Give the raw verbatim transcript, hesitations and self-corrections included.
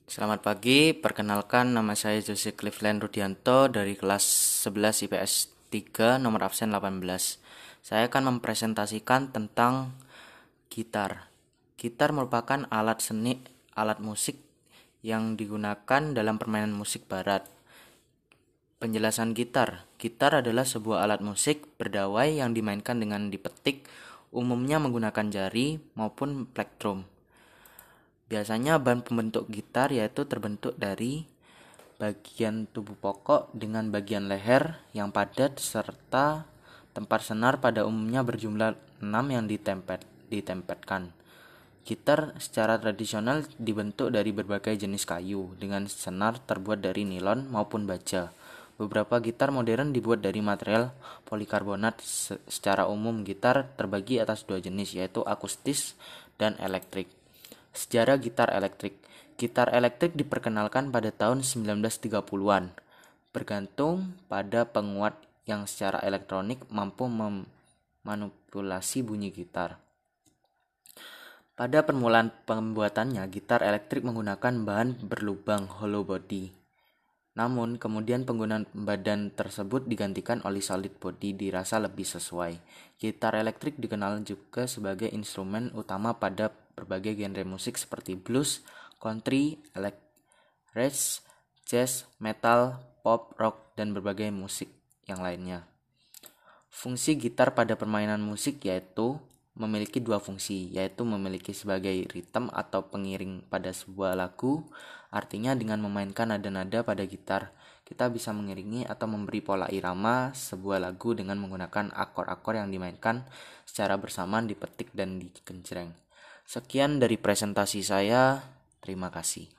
Selamat pagi, perkenalkan nama saya Jose Cleveland Rudianto dari kelas sebelas I P S tiga nomor absen delapan belas. Saya akan mempresentasikan tentang gitar. Gitar merupakan alat seni, alat musik yang digunakan dalam permainan musik barat. Penjelasan gitar. Gitar adalah sebuah alat musik berdawai yang dimainkan dengan dipetik, umumnya menggunakan jari maupun plektrum. Biasanya bahan pembentuk gitar yaitu terbentuk dari bagian tubuh pokok dengan bagian leher yang padat serta tempat senar pada umumnya berjumlah enam yang ditempel, ditempelkan. Gitar secara tradisional dibentuk dari berbagai jenis kayu dengan senar terbuat dari nilon maupun baja. Beberapa gitar modern dibuat dari material polikarbonat. Secara umum gitar terbagi atas dua jenis yaitu akustis dan elektrik. Sejarah gitar elektrik. Gitar elektrik diperkenalkan pada tahun sembilan belas tiga puluhan, bergantung pada penguat yang secara elektronik mampu memanipulasi bunyi gitar. Pada permulaan pembuatannya, gitar elektrik menggunakan bahan berlubang hollow body. Namun, kemudian penggunaan badan tersebut digantikan oleh solid body dirasa lebih sesuai. Gitar elektrik dikenal juga sebagai instrumen utama pada berbagai genre musik seperti blues, country, electric, jazz, metal, pop, rock, dan berbagai musik yang lainnya. Fungsi gitar pada permainan musik yaitu memiliki dua fungsi, yaitu memiliki sebagai ritme atau pengiring pada sebuah lagu. Artinya dengan memainkan nada-nada pada gitar, kita bisa mengiringi atau memberi pola irama sebuah lagu dengan menggunakan akor-akor yang dimainkan secara bersamaan dipetik dan digenjreng. Sekian dari presentasi saya, terima kasih.